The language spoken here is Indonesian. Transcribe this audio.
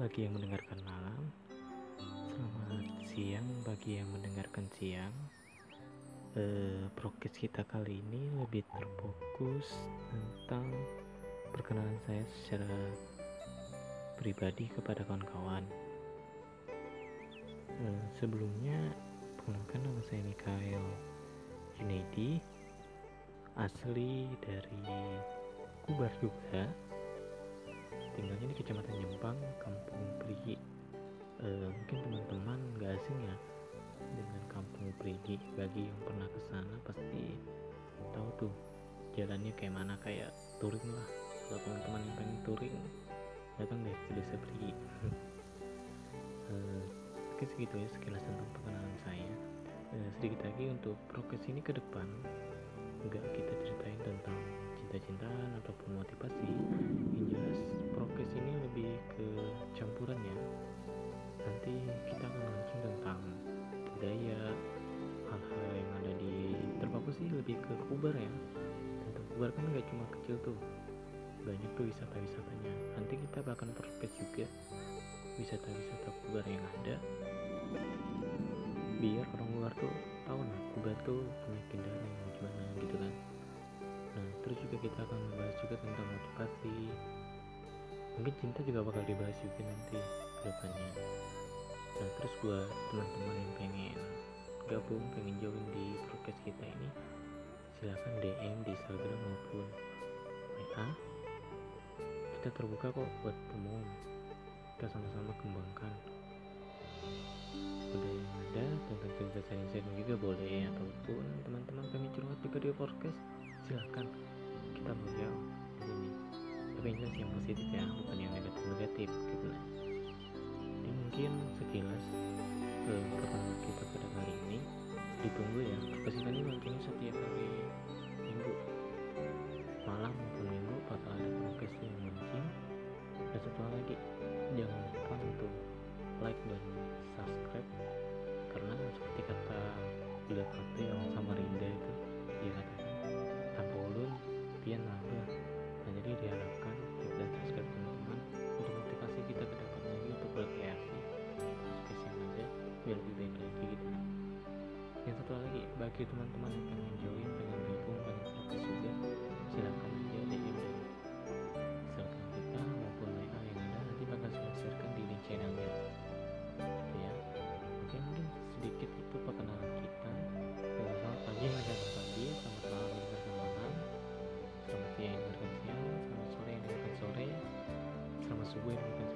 bagi yang mendengarkan malam, selamat siang bagi yang mendengarkan siang. Podcast kita kali ini lebih terfokus tentang perkenalan saya secara pribadi kepada kawan-kawan. Sebelumnya, perkenalkan nama saya Mikael Junaidi, asli dari Kubar juga. Tinggalnya di Kecamatan Jembang, Kampung Perigi. Mungkin teman-teman gak asing ya dengan Kampung Perigi. Bagi yang pernah kesana pasti tahu tuh jalannya kayak mana, kayak touring lah. Kalau teman-teman yang pengen touring, datang deh ke desa Perigi. Mungkin segitu ya sekilas tentang perkenalan saya. Sedikit lagi untuk progres ini ke depan, enggak kita ceritain tentang cinta-cintaan ataupun motivasi. Yang jelas progres ini lebih ke campurannya. Nanti kita akan launching tentang budaya, hal-hal yang ada di terfokus sih lebih ke Kubar ya. Tentang Kubar kan nggak cuma kecil tuh, banyak tuh wisata-wisatanya. Nanti kita bahkan perpes juga wisata-wisata Kubar yang ada, biar orang luar tuh tahu nah Kubar tuh punya keindahan yang gimana gitu kan. Nah terus juga kita akan membahas juga tentang motivasi, mungkin cinta juga bakal dibahas juga nanti ke depannya. Nah terus buat teman-teman yang pengen gabung, pengen join di podcast kita ini, silahkan DM di Instagram maupun WA. Kita terbuka kok buat umum, kita sama-sama kembangkan budaya yang ada, tentang cerita sharing-sharing juga boleh, ataupun teman-teman pengen curhat juga di podcast, silahkan, kita loyal di sini. Tapi yang jelas yang positif ya, bukan yang negatif-negatif gitu. Jadi mungkin sekilas perkenalan kita pada kali ini. Ditunggu ya, podcast ini launchingnya setiap hari Minggu malam maupun Minggu bakal ada podcast yang launching. Dan satu hal lagi, jangan lupa untuk like dan subscribe, karena seperti kata Bila Kate yang sama Rinda itu, dia katakan tanpa ulun pian nambah. Nah jadi diharapkan like dan subscribe teman-teman untuk motivasi kita ke depan lagi untuk berkreasi podcast yang ada biar lebih baik lagi gitu. Yang satu lagi, bagi teman-teman yang pengen join, pengen gabung, pengen podcast juga, silahkan aja DM dan Instagram kita maupun WA yang ada, nanti bakal saya sharekan di link channelnya gitu ya. Oke, mungkin sedikit itu perkenalan kita. Selamat pagi yang mendengarkan pagi, selamat malam yang mendengarkan malam, selamat siang yang mendengarkan siang, selamat sore yang mendengarkan sore, selamat subuh yang mendengarkan